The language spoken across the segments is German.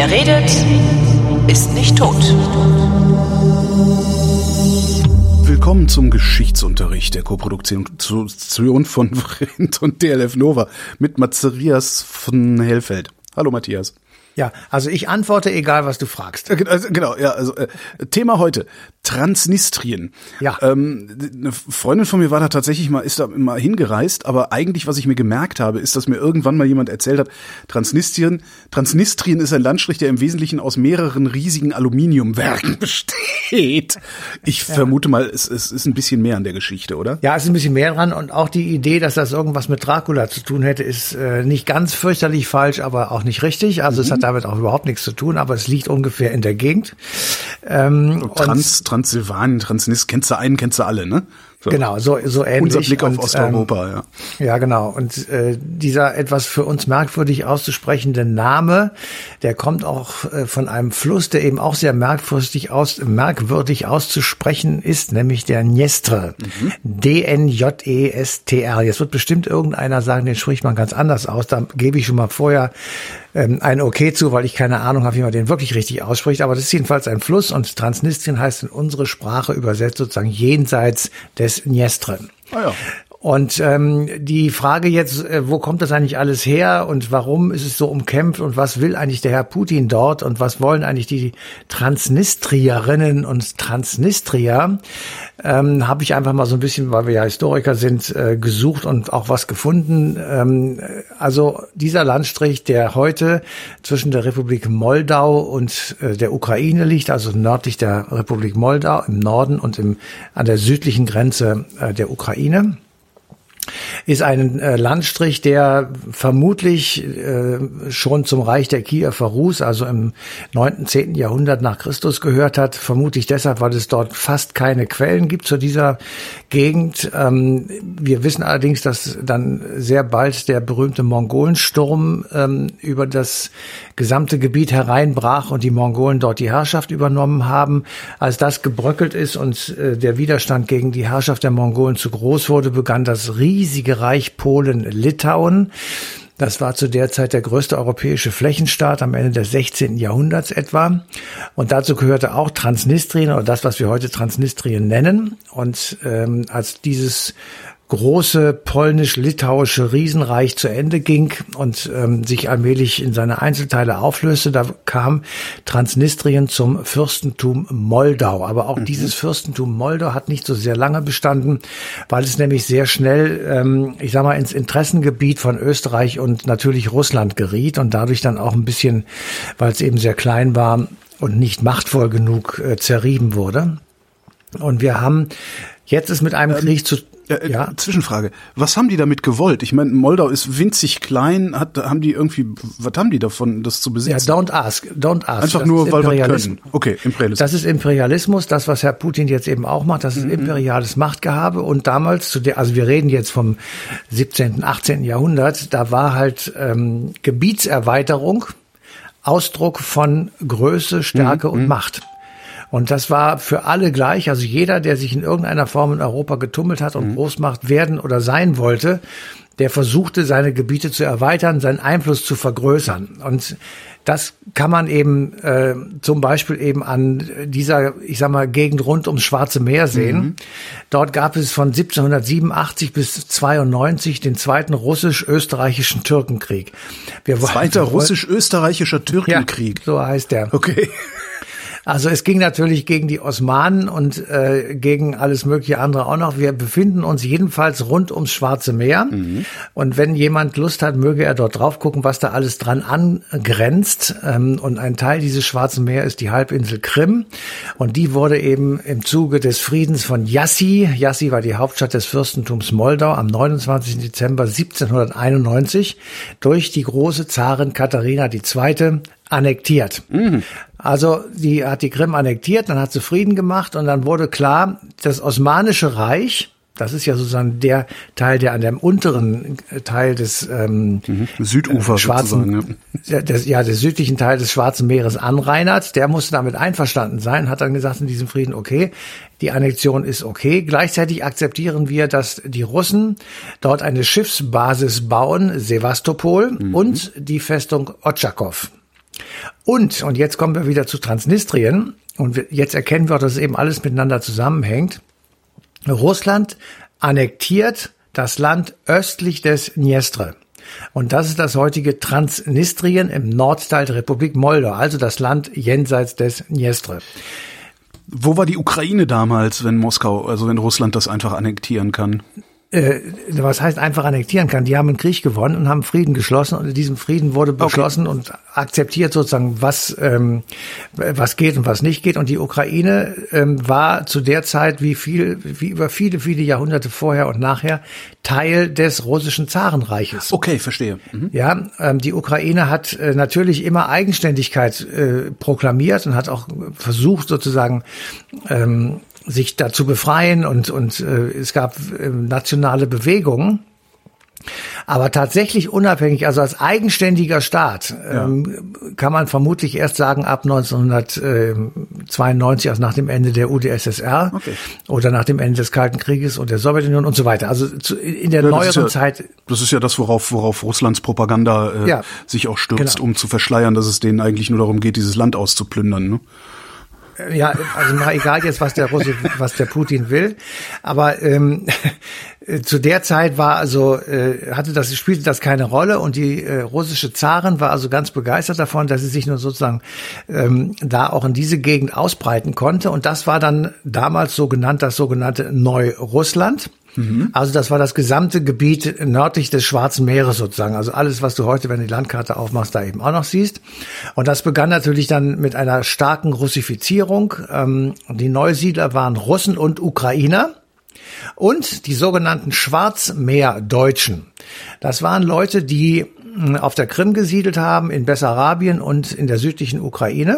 Wer redet, ist nicht tot. Willkommen zum Geschichtsunterricht der Koproduktion von Vrindt und DLF Nova mit Matthias von Hellfeld. Hallo Matthias. Ja, also ich antworte, egal was du fragst. Genau, ja, also Thema heute, Transnistrien. Ja. Eine Freundin von mir war da tatsächlich ist da mal hingereist, aber eigentlich, was ich mir gemerkt habe, ist, dass mir irgendwann mal jemand erzählt hat, Transnistrien ist ein Landstrich, der im Wesentlichen aus mehreren riesigen Aluminiumwerken besteht. Ich vermute mal, es ist ein bisschen mehr an der Geschichte, oder? Ja, es ist ein bisschen mehr dran und auch die Idee, dass das irgendwas mit Dracula zu tun hätte, ist nicht ganz fürchterlich falsch, aber auch nicht richtig. Also es hat damit auch überhaupt nichts zu tun, aber es liegt ungefähr in der Gegend. Transsilvanien, Transnistrien, kennst du alle, ne? So. Genau, so ähnlich. Unser Blick auf Osteuropa, ja. Ja, genau. Und dieser etwas für uns merkwürdig auszusprechende Name, der kommt auch von einem Fluss, der eben auch sehr merkwürdig auszusprechen ist, nämlich der Dniester. D-N-J-E-S-T-R. Jetzt wird bestimmt irgendeiner sagen, den spricht man ganz anders aus. Da gebe ich schon mal vorher ein Okay zu, weil ich keine Ahnung habe, wie man den wirklich richtig ausspricht. Aber das ist jedenfalls ein Fluss und Transnistrien heißt in unsere Sprache übersetzt sozusagen jenseits des Dniester. Ah ja. Und die Frage jetzt, wo kommt das eigentlich alles her und warum ist es so umkämpft und was will eigentlich der Herr Putin dort und was wollen eigentlich die Transnistrierinnen und Transnistrier, habe ich einfach mal so ein bisschen, weil wir ja Historiker sind, gesucht und auch was gefunden. Also dieser Landstrich, der heute zwischen der Republik Moldau und der Ukraine liegt, also nördlich der Republik Moldau im Norden und an der südlichen Grenze der Ukraine, ist ein Landstrich, der vermutlich schon zum Reich der Kiewer Rus, also im 9., 10. Jahrhundert nach Christus gehört hat. Vermutlich deshalb, weil es dort fast keine Quellen gibt zu dieser Gegend. Wir wissen allerdings, dass dann sehr bald der berühmte Mongolensturm über das gesamte Gebiet hereinbrach und die Mongolen dort die Herrschaft übernommen haben. Als das gebröckelt ist und der Widerstand gegen die Herrschaft der Mongolen zu groß wurde, begann das riesige Reich Polen-Litauen. Das war zu der Zeit der größte europäische Flächenstaat am Ende des 16. Jahrhunderts etwa. Und dazu gehörte auch Transnistrien oder das, was wir heute Transnistrien nennen. Und als dieses große polnisch-litauische Riesenreich zu Ende ging und sich allmählich in seine Einzelteile auflöste, da kam Transnistrien zum Fürstentum Moldau. Aber auch dieses Fürstentum Moldau hat nicht so sehr lange bestanden, weil es nämlich sehr schnell, ins Interessengebiet von Österreich und natürlich Russland geriet und dadurch dann auch ein bisschen, weil es eben sehr klein war und nicht machtvoll genug, zerrieben wurde. Und wir haben jetzt es mit einem Krieg zu Zwischenfrage. Was haben die damit gewollt? Ich meine, Moldau ist winzig klein. Was haben die davon, das zu besitzen? Ja, don't ask. Einfach das nur, weil wir können. Okay, Imperialismus. Das ist Imperialismus, das, was Herr Putin jetzt eben auch macht, das ist imperiales Machtgehabe. Und damals, also wir reden jetzt vom 17., 18. Jahrhundert, da war halt Gebietserweiterung Ausdruck von Größe, Stärke und Macht. Und das war für alle gleich. Also jeder, der sich in irgendeiner Form in Europa getummelt hat und Großmacht werden oder sein wollte, der versuchte, seine Gebiete zu erweitern, seinen Einfluss zu vergrößern. Und das kann man eben zum Beispiel eben an dieser, Gegend rund ums Schwarze Meer sehen. Dort gab es von 1787 bis 92 den zweiten russisch-österreichischen Türkenkrieg. Zweiter russisch-österreichischer Türkenkrieg. Ja, so heißt der. Okay. Also es ging natürlich gegen die Osmanen und gegen alles mögliche andere auch noch. Wir befinden uns jedenfalls rund ums Schwarze Meer. Und wenn jemand Lust hat, möge er dort drauf gucken, was da alles dran angrenzt. Und ein Teil dieses Schwarzen Meer ist die Halbinsel Krim. Und die wurde eben im Zuge des Friedens von Jassy war die Hauptstadt des Fürstentums Moldau, am 29. Dezember 1791 durch die große Zarin Katharina II. Annektiert. Also die hat die Krim annektiert, dann hat sie Frieden gemacht und dann wurde klar, das Osmanische Reich, das ist ja sozusagen der Teil, der an dem unteren Teil des Südufer Schwarzen, des südlichen Teil des Schwarzen Meeres anreinert, der musste damit einverstanden sein, hat dann gesagt in diesem Frieden, okay, die Annexion ist okay. Gleichzeitig akzeptieren wir, dass die Russen dort eine Schiffsbasis bauen, Sewastopol, und die Festung Otschakow. Und jetzt kommen wir wieder zu Transnistrien. Und jetzt erkennen wir auch, dass es eben alles miteinander zusammenhängt. Russland annektiert das Land östlich des Dniester. Und das ist das heutige Transnistrien im Nordteil der Republik Moldau, also das Land jenseits des Dniester. Wo war die Ukraine damals, wenn Russland das einfach annektieren kann? Was heißt einfach annektieren kann? Die haben einen Krieg gewonnen und haben Frieden geschlossen, und in diesem Frieden wurde beschlossen und akzeptiert sozusagen, was geht und was nicht geht. Und die Ukraine war zu der Zeit wie über viele, viele Jahrhunderte vorher und nachher Teil des russischen Zarenreiches. Okay, verstehe. Mhm. Ja, die Ukraine hat natürlich immer Eigenständigkeit proklamiert und hat auch versucht sozusagen sich dazu befreien und es gab nationale Bewegungen. Aber tatsächlich unabhängig, also als eigenständiger Staat, kann man vermutlich erst sagen, ab 1992, also nach dem Ende der UdSSR oder nach dem Ende des Kalten Krieges und der Sowjetunion und so weiter. Also in der neueren Zeit. Das ist ja das, worauf Russlands Propaganda sich auch stürzt, um zu verschleiern, dass es denen eigentlich nur darum geht, dieses Land auszuplündern, ne? Ja, also mal egal jetzt, was der Putin will, aber zu der Zeit spielte das keine Rolle, und die russische Zarin war also ganz begeistert davon, dass sie sich nur sozusagen da auch in diese Gegend ausbreiten konnte, und das war dann damals das sogenannte Neurussland. Also das war das gesamte Gebiet nördlich des Schwarzen Meeres sozusagen. Also alles, was du heute, wenn du die Landkarte aufmachst, da eben auch noch siehst. Und das begann natürlich dann mit einer starken Russifizierung. Die Neusiedler waren Russen und Ukrainer. Und die sogenannten Schwarzmeerdeutschen. Das waren Leute, die auf der Krim gesiedelt haben, in Bessarabien und in der südlichen Ukraine.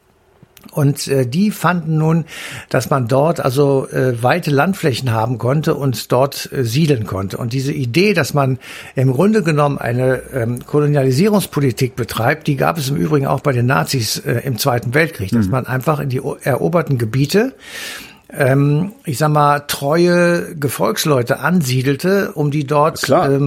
Und die fanden nun, dass man dort also weite Landflächen haben konnte und dort siedeln konnte. Und diese Idee, dass man im Grunde genommen eine Kolonialisierungspolitik betreibt, die gab es im Übrigen auch bei den Nazis im Zweiten Weltkrieg, dass man einfach in die eroberten Gebiete treue Gefolgsleute ansiedelte, um die dort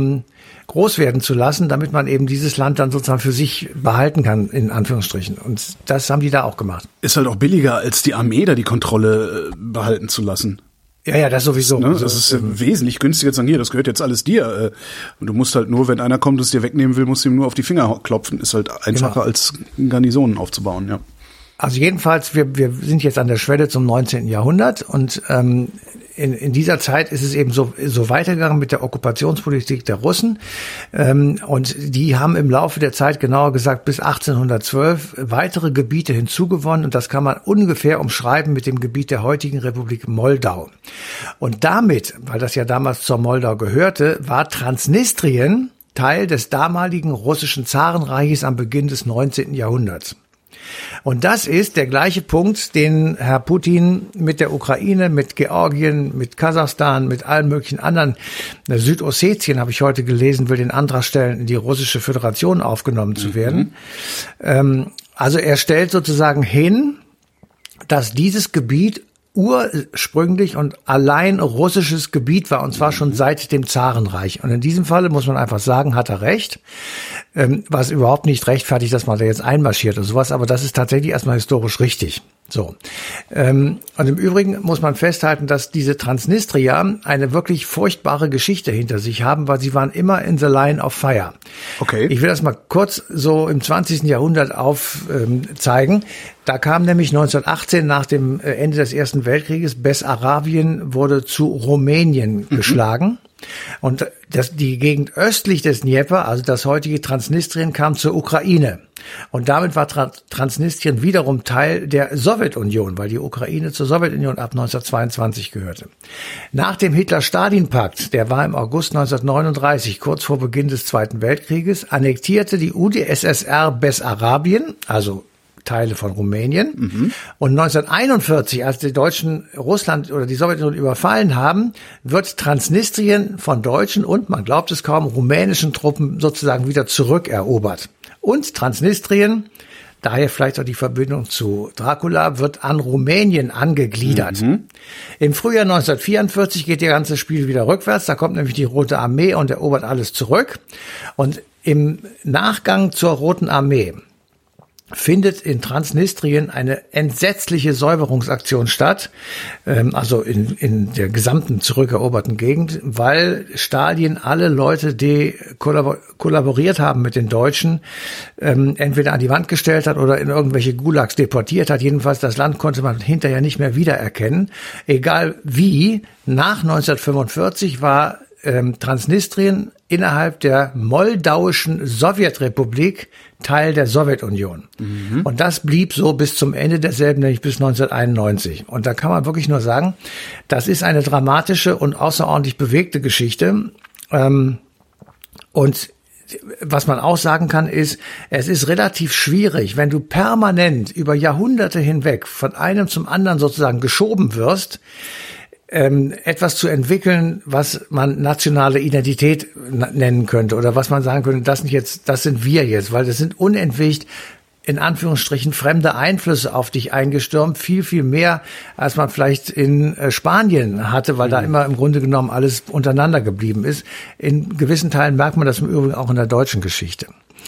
groß werden zu lassen, damit man eben dieses Land dann sozusagen für sich behalten kann, in Anführungsstrichen. Und das haben die da auch gemacht. Ist halt auch billiger, als die Armee da die Kontrolle behalten zu lassen. Ja, das sowieso. Ne? Das ist wesentlich günstiger zu sagen, hier, das gehört jetzt alles dir. Und du musst halt nur, wenn einer kommt, es dir wegnehmen will, musst du ihm nur auf die Finger klopfen. Ist halt einfacher, als Garnisonen aufzubauen, ja. Also jedenfalls, wir sind jetzt an der Schwelle zum 19. Jahrhundert, und in dieser Zeit ist es eben so weitergegangen mit der Okkupationspolitik der Russen, und die haben im Laufe der Zeit, genauer gesagt bis 1812, weitere Gebiete hinzugewonnen, und das kann man ungefähr umschreiben mit dem Gebiet der heutigen Republik Moldau. Und damit, weil das ja damals zur Moldau gehörte, war Transnistrien Teil des damaligen russischen Zarenreiches am Beginn des 19. Jahrhunderts. Und das ist der gleiche Punkt, den Herr Putin mit der Ukraine, mit Georgien, mit Kasachstan, mit allen möglichen anderen, Südossetien, habe ich heute gelesen, will den Antrag stellen, in die russische Föderation aufgenommen zu werden. Also er stellt sozusagen hin, dass dieses Gebiet ursprünglich und allein russisches Gebiet war, und zwar schon seit dem Zarenreich. Und in diesem Falle muss man einfach sagen, hat er recht, was überhaupt nicht rechtfertigt, dass man da jetzt einmarschiert oder sowas, aber das ist tatsächlich erstmal historisch richtig. So. Und im Übrigen muss man festhalten, dass diese Transnistrier eine wirklich furchtbare Geschichte hinter sich haben, weil sie waren immer in the line of fire. Okay. Ich will das mal kurz so im 20. Jahrhundert aufzeigen. Da kam nämlich 1918 nach dem Ende des Ersten Weltkrieges, Bessarabien wurde zu Rumänien geschlagen. Und die Gegend östlich des Dnieper, also das heutige Transnistrien, kam zur Ukraine. Und damit war Transnistrien wiederum Teil der Sowjetunion, weil die Ukraine zur Sowjetunion ab 1922 gehörte. Nach dem Hitler-Stalin-Pakt, der war im August 1939, kurz vor Beginn des Zweiten Weltkrieges, annektierte die UdSSR Bessarabien, also Teile von Rumänien. Und 1941, als die Deutschen Russland oder die Sowjetunion überfallen haben, wird Transnistrien von deutschen und, man glaubt es kaum, rumänischen Truppen sozusagen wieder zurückerobert. Und Transnistrien, daher vielleicht auch die Verbindung zu Dracula, wird an Rumänien angegliedert. Im Frühjahr 1944 geht das ganze Spiel wieder rückwärts. Da kommt nämlich die Rote Armee und erobert alles zurück. Und im Nachgang zur Roten Armee findet in Transnistrien eine entsetzliche Säuberungsaktion statt, also in der gesamten zurückeroberten Gegend, weil Stalin alle Leute, die kollaboriert haben mit den Deutschen, entweder an die Wand gestellt hat oder in irgendwelche Gulags deportiert hat. Jedenfalls das Land konnte man hinterher nicht mehr wiedererkennen. Egal wie, nach 1945 war Transnistrien innerhalb der moldauischen Sowjetrepublik Teil der Sowjetunion. Und das blieb so bis zum Ende derselben, nämlich bis 1991. Und da kann man wirklich nur sagen, das ist eine dramatische und außerordentlich bewegte Geschichte. Und was man auch sagen kann, ist, es ist relativ schwierig, wenn du permanent über Jahrhunderte hinweg von einem zum anderen sozusagen geschoben wirst, etwas zu entwickeln, was man nationale Identität nennen könnte oder was man sagen könnte, das sind wir jetzt, weil das sind unentwegt in Anführungsstrichen fremde Einflüsse auf dich eingestürmt, viel, viel mehr, als man vielleicht in Spanien hatte, weil da immer im Grunde genommen alles untereinander geblieben ist. In gewissen Teilen merkt man das im Übrigen auch in der deutschen Geschichte.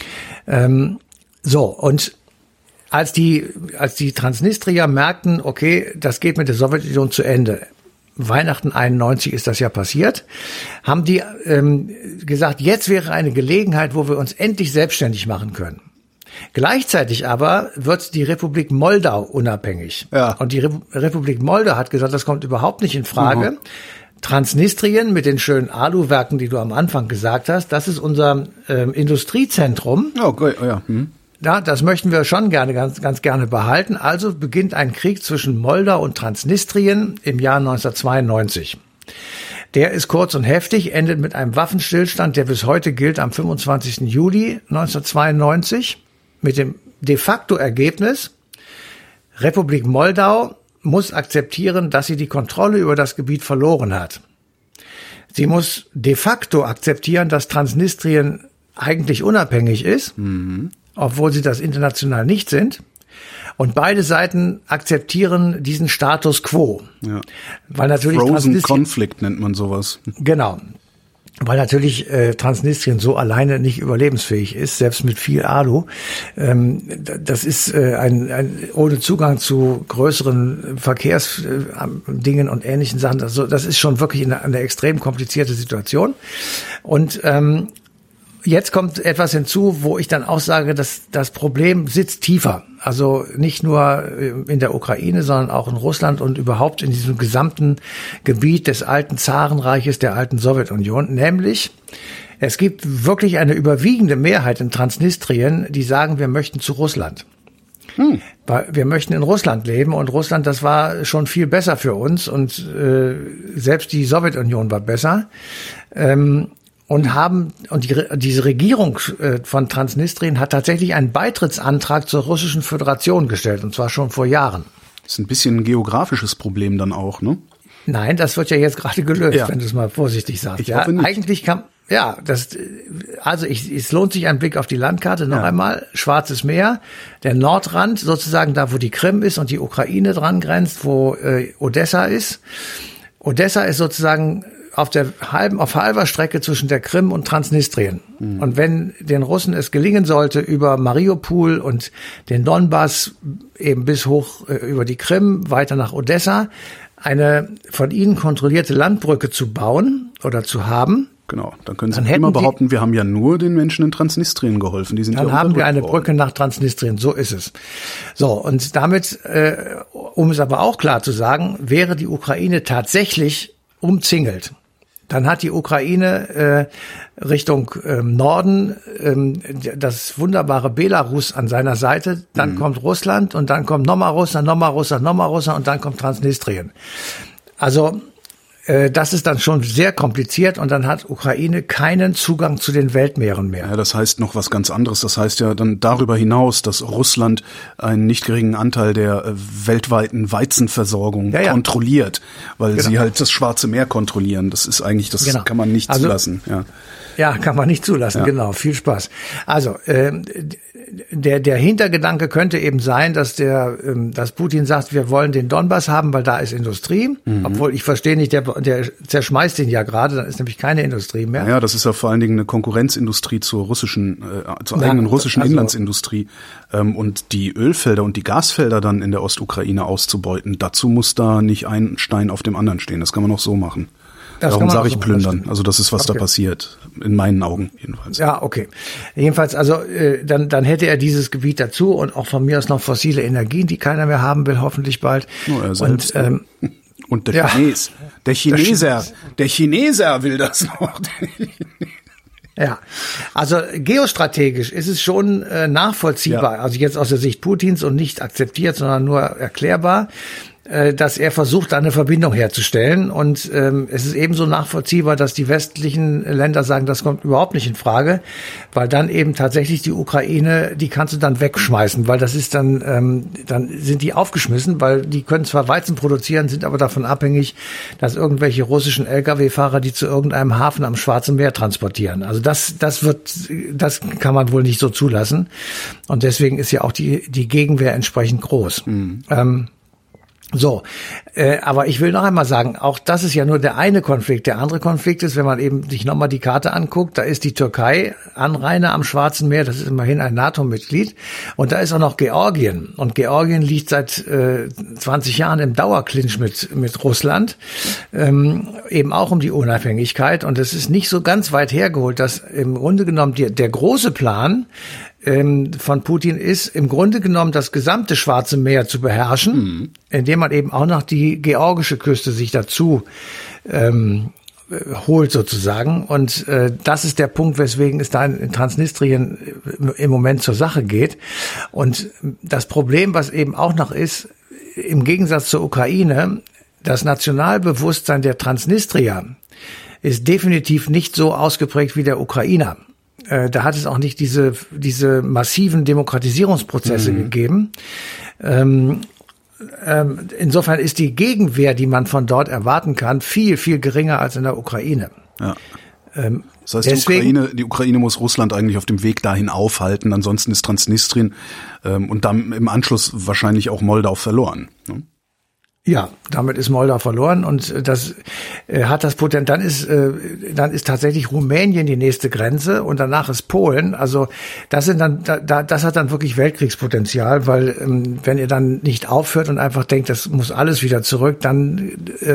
Und als die Transnistrier merkten, okay, das geht mit der Sowjetunion zu Ende, Weihnachten 91 ist das ja passiert, haben die gesagt, jetzt wäre eine Gelegenheit, wo wir uns endlich selbstständig machen können. Gleichzeitig aber wird die Republik Moldau unabhängig. Ja. Und die Republik Moldau hat gesagt, das kommt überhaupt nicht in Frage. Transnistrien mit den schönen Aluwerken, die du am Anfang gesagt hast, das ist unser Industriezentrum. Okay. Ja. Ja, das möchten wir schon gerne, ganz gerne behalten. Also beginnt ein Krieg zwischen Moldau und Transnistrien im Jahr 1992. Der ist kurz und heftig, endet mit einem Waffenstillstand, der bis heute gilt am 25. Juli 1992, mit dem de facto Ergebnis, Republik Moldau muss akzeptieren, dass sie die Kontrolle über das Gebiet verloren hat. Sie muss de facto akzeptieren, dass Transnistrien eigentlich unabhängig ist, obwohl sie das international nicht sind. Und beide Seiten akzeptieren diesen Status quo. Ja. Weil natürlich Frozen Conflict nennt man sowas. Genau. Weil natürlich Transnistrien so alleine nicht überlebensfähig ist, selbst mit viel Alu. Das ist ein ohne Zugang zu größeren Verkehrsdingen und ähnlichen Sachen. Also das ist schon wirklich eine extrem komplizierte Situation. Und jetzt kommt etwas hinzu, wo ich dann auch sage, dass das Problem sitzt tiefer. Also nicht nur in der Ukraine, sondern auch in Russland und überhaupt in diesem gesamten Gebiet des alten Zarenreiches, der alten Sowjetunion. Nämlich, es gibt wirklich eine überwiegende Mehrheit in Transnistrien, die sagen, wir möchten zu Russland. Weil wir möchten in Russland leben und Russland, das war schon viel besser für uns und selbst die Sowjetunion war besser. Diese Regierung von Transnistrien hat tatsächlich einen Beitrittsantrag zur Russischen Föderation gestellt, und zwar schon vor Jahren. Das ist ein bisschen ein geografisches Problem dann auch, ne? Nein, das wird ja jetzt gerade gelöst, wenn du es mal vorsichtig sagst. Ich hoffe nicht. Eigentlich es lohnt sich ein Blick auf die Landkarte noch einmal. Schwarzes Meer, der Nordrand, sozusagen da, wo die Krim ist und die Ukraine dran grenzt, wo Odessa ist. Odessa ist sozusagen auf halber Strecke zwischen der Krim und Transnistrien. Und wenn den Russen es gelingen sollte, über Mariupol und den Donbass eben bis hoch über die Krim, weiter nach Odessa, eine von ihnen kontrollierte Landbrücke zu bauen oder zu haben. Genau, dann können sie immer behaupten, wir haben ja nur den Menschen in Transnistrien geholfen. Die sind dann haben wir eine Brücke nach Transnistrien, so ist es. So, und damit, um es aber auch klar zu sagen, wäre die Ukraine tatsächlich umzingelt. Dann hat die Ukraine Richtung Norden das wunderbare Belarus an seiner Seite. Dann kommt Russland und dann kommt nochmal Russland und dann kommt Transnistrien. Also das ist dann schon sehr kompliziert und dann hat Ukraine keinen Zugang zu den Weltmeeren mehr. Ja, das heißt noch was ganz anderes. Das heißt ja dann darüber hinaus, dass Russland einen nicht geringen Anteil der weltweiten Weizenversorgung kontrolliert, weil sie halt das Schwarze Meer kontrollieren. Das ist eigentlich, kann man nicht zulassen. Ja, kann man nicht zulassen, genau. Viel Spaß. Also, der Hintergedanke könnte eben sein, dass Putin sagt, wir wollen den Donbass haben, weil da ist Industrie. Obwohl ich verstehe nicht, der der zerschmeißt ihn ja gerade, dann ist nämlich keine Industrie mehr. Ja, das ist ja vor allen Dingen eine Konkurrenzindustrie zur eigenen russischen Inlandsindustrie. Und die Ölfelder und die Gasfelder dann in der Ostukraine auszubeuten, dazu muss da nicht ein Stein auf dem anderen stehen. Das kann man auch so machen. Darum sage ich plündern. Also das ist, was da passiert. In meinen Augen jedenfalls. Ja, okay. Jedenfalls, also dann hätte er dieses Gebiet dazu und auch von mir aus noch fossile Energien, die keiner mehr haben will, hoffentlich bald. Oh, er selbst. Und der Chineser will das noch. Ja, also geostrategisch ist es schon nachvollziehbar, also jetzt aus der Sicht Putins und nicht akzeptiert, sondern nur erklärbar, dass er versucht, da eine Verbindung herzustellen. Und es ist ebenso nachvollziehbar, dass die westlichen Länder sagen, das kommt überhaupt nicht in Frage, weil dann eben tatsächlich die Ukraine, die kannst du dann wegschmeißen, weil das ist dann sind die aufgeschmissen, weil die können zwar Weizen produzieren, sind aber davon abhängig, dass irgendwelche russischen Lkw-Fahrer die zu irgendeinem Hafen am Schwarzen Meer transportieren. Also das kann man wohl nicht so zulassen. Und deswegen ist ja auch die Gegenwehr entsprechend groß. Mhm. Aber ich will noch einmal sagen, auch das ist ja nur der eine Konflikt. Der andere Konflikt ist, wenn man eben sich nochmal die Karte anguckt, da ist die Türkei Anrainer am Schwarzen Meer, das ist immerhin ein NATO-Mitglied. Und da ist auch noch Georgien. Und Georgien liegt seit 20 Jahren im Dauerclinch mit Russland, eben auch um die Unabhängigkeit. Und es ist nicht so ganz weit hergeholt, dass im Grunde genommen der große Plan von Putin ist, im Grunde genommen das gesamte Schwarze Meer zu beherrschen, indem man eben auch noch die georgische Küste sich dazu holt sozusagen. Und das ist der Punkt, weswegen es da in Transnistrien im Moment zur Sache geht. Und das Problem, was eben auch noch ist, im Gegensatz zur Ukraine, das Nationalbewusstsein der Transnistrier ist definitiv nicht so ausgeprägt wie der Ukrainer. Da hat es auch nicht diese massiven Demokratisierungsprozesse gegeben. Insofern ist die Gegenwehr, die man von dort erwarten kann, viel, viel geringer als in der Ukraine. Ja. Das heißt, die Ukraine muss Russland eigentlich auf dem Weg dahin aufhalten, ansonsten ist Transnistrien und dann im Anschluss wahrscheinlich auch Moldau verloren. Ne? Ja, damit ist Moldau verloren und das hat das Potenzial. Dann ist tatsächlich Rumänien die nächste Grenze und danach ist Polen. Also das hat dann wirklich Weltkriegspotenzial, weil wenn ihr dann nicht aufhört und einfach denkt, das muss alles wieder zurück, dann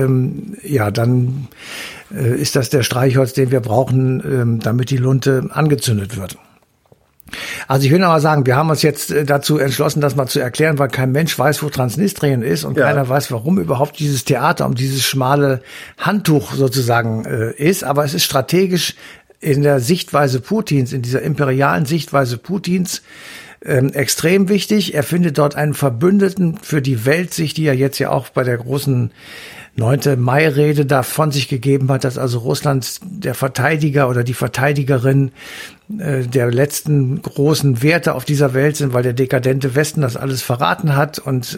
ist das der Streichholz, den wir brauchen, damit die Lunte angezündet wird. Also ich will noch mal sagen, wir haben uns jetzt dazu entschlossen, das mal zu erklären, weil kein Mensch weiß, wo Transnistrien ist und keiner weiß, warum überhaupt dieses Theater um dieses schmale Handtuch sozusagen ist. Aber es ist strategisch in der Sichtweise Putins, in dieser imperialen Sichtweise Putins extrem wichtig. Er findet dort einen Verbündeten für die Weltsicht, die er jetzt ja auch bei der großen 9. Mai-Rede da von sich gegeben hat, dass also Russland der Verteidiger oder die Verteidigerin der letzten großen Werte auf dieser Welt sind, weil der dekadente Westen das alles verraten hat und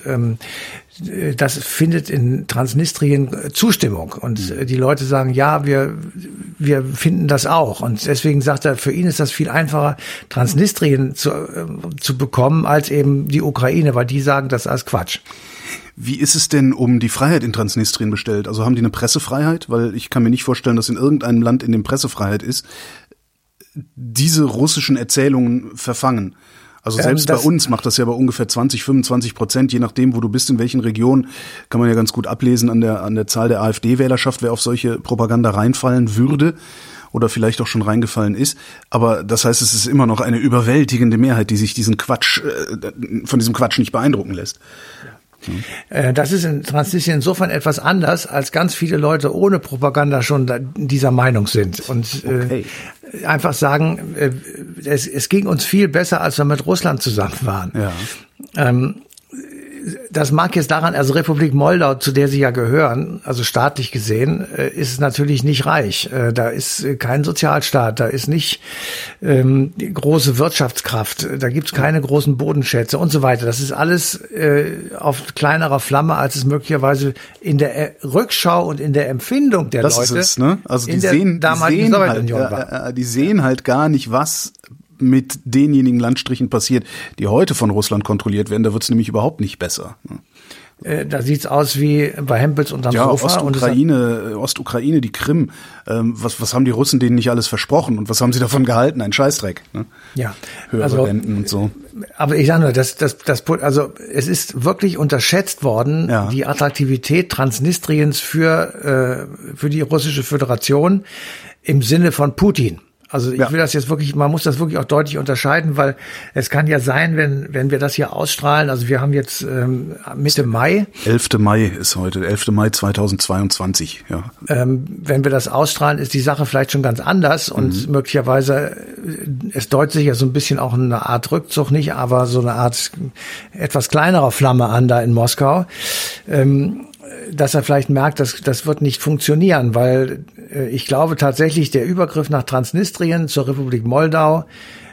das findet in Transnistrien Zustimmung und die Leute sagen, ja, wir finden das auch und deswegen sagt er, für ihn ist das viel einfacher, Transnistrien zu bekommen, als eben die Ukraine, weil die sagen, das ist alles Quatsch. Wie ist es denn um die Freiheit in Transnistrien bestellt? Also haben die eine Pressefreiheit? Weil ich kann mir nicht vorstellen, dass in irgendeinem Land, in dem Pressefreiheit ist, diese russischen Erzählungen verfangen. Also selbst bei uns macht das ja bei ungefähr 20-25%, je nachdem, wo du bist, in welchen Regionen, kann man ja ganz gut ablesen an der Zahl der AfD-Wählerschaft, wer auf solche Propaganda reinfallen würde oder vielleicht auch schon reingefallen ist. Aber das heißt, es ist immer noch eine überwältigende Mehrheit, die sich von diesem Quatsch nicht beeindrucken lässt. Das ist in Transnistrien insofern etwas anders, als ganz viele Leute ohne Propaganda schon dieser Meinung sind und einfach sagen, es ging uns viel besser, als wir mit Russland zusammen waren. Ja. Das mag jetzt daran, also Republik Moldau, zu der sie ja gehören, also staatlich gesehen, ist es natürlich nicht reich. Da ist kein Sozialstaat, da ist nicht die große Wirtschaftskraft, da gibt's keine großen Bodenschätze und so weiter. Das ist alles auf kleinerer Flamme, als es möglicherweise in der Rückschau und in der Empfindung der das Leute ist es, ne? Also in der damaligen Sowjetunion war. Die sehen halt gar nicht, was mit denjenigen Landstrichen passiert, die heute von Russland kontrolliert werden. Da wird es nämlich überhaupt nicht besser. Da sieht's aus wie bei Hempels unterm Sofa. Ostukraine, die Krim. Was haben die Russen denen nicht alles versprochen und was haben sie davon gehalten? Ein Scheißdreck. Ne? Ja, höhere Renten und so. Aber ich sage nur, also es ist wirklich unterschätzt worden, die Attraktivität Transnistriens für die Russische Föderation im Sinne von Putin. Also ich will das jetzt wirklich, man muss das wirklich auch deutlich unterscheiden, weil es kann ja sein, wenn wir das hier ausstrahlen, also wir haben jetzt Mitte Mai. 11. Mai ist heute, 11. Mai 2022, ja. Wenn wir das ausstrahlen, ist die Sache vielleicht schon ganz anders und möglicherweise, es deutet sich ja so ein bisschen auch eine Art Rückzug nicht, aber so eine Art etwas kleinerer Flamme an da in Moskau. Dass er vielleicht merkt, dass das wird nicht funktionieren, weil ich glaube tatsächlich, der Übergriff nach Transnistrien zur Republik Moldau,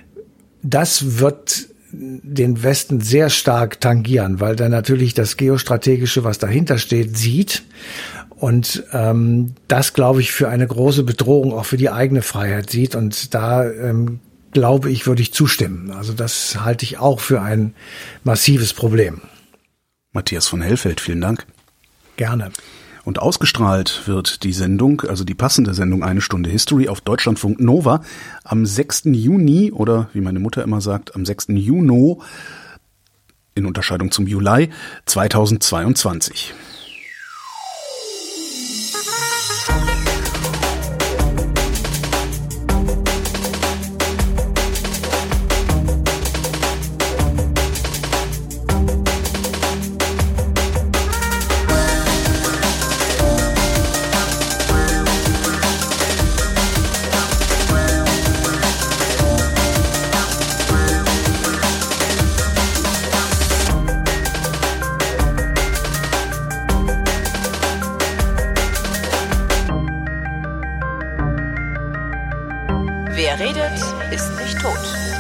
das wird den Westen sehr stark tangieren, weil der natürlich das Geostrategische, was dahinter steht, sieht und das, glaube ich, für eine große Bedrohung auch für die eigene Freiheit sieht und da glaube ich, würde ich zustimmen. Also das halte ich auch für ein massives Problem. Matthias von Hellfeld, vielen Dank. Gerne. Und ausgestrahlt wird die Sendung, also die passende Sendung Eine Stunde History auf Deutschlandfunk Nova am 6. Juni oder wie meine Mutter immer sagt, am 6. Juni in Unterscheidung zum Juli 2022. Wer redet, ist nicht tot.